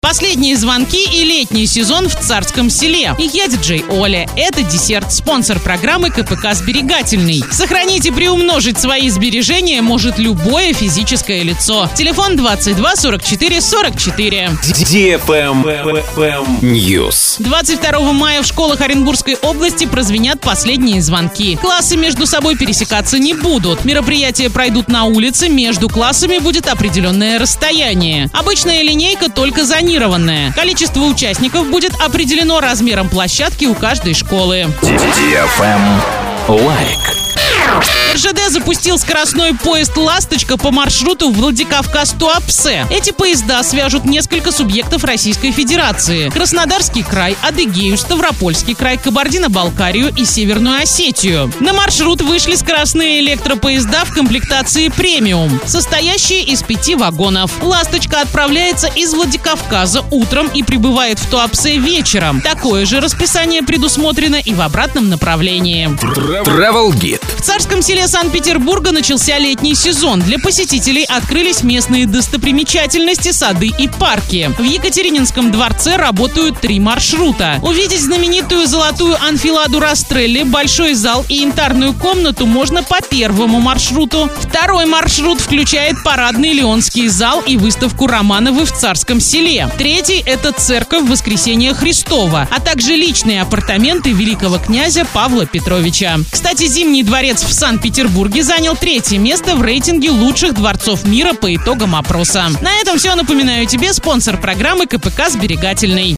Последние звонки и летний сезон в Царском Селе. И я диджей Оля. Это десерт, спонсор программы КПК «Сберегательный». Сохранить и приумножить свои сбережения может любое физическое лицо. Телефон 22 44 44. News. 22 мая в школах Оренбургской области прозвенят последние звонки. Классы между собой пересекаться не будут. Мероприятия пройдут на улице, между классами будет определенное расстояние. Обычная линейка только зонированная. Количество участников будет определено размером площадки у каждой школы. Лайк. РЖД запустил скоростной поезд «Ласточка» по маршруту Владикавказ-Туапсе. Эти поезда свяжут несколько субъектов Российской Федерации: Краснодарский край, Адыгею, Ставропольский край, Кабардино-Балкарию и Северную Осетию. На маршрут вышли скоростные электропоезда в комплектации премиум, состоящие из 5 вагонов. «Ласточка» отправляется из Владикавказа утром и прибывает в Туапсе вечером. Такое же расписание предусмотрено и в обратном направлении. Travel Guide. В Царском Селе Санкт-Петербурга начался летний сезон. Для посетителей открылись местные достопримечательности, сады и парки. В Екатерининском дворце работают 3 маршрута. Увидеть знаменитую золотую анфиладу Растрелли, большой зал и янтарную комнату можно по первому маршруту. Второй маршрут включает парадный Леонский зал и выставку Романовы в Царском Селе. Третий – это церковь Воскресения Христова, а также личные апартаменты великого князя Павла Петровича. Кстати, Зимний дворец в Санкт-Петербурге занял 3-е место в рейтинге лучших дворцов мира по итогам опроса. На этом все. Напоминаю тебе, спонсор программы КПК «Сберегательный».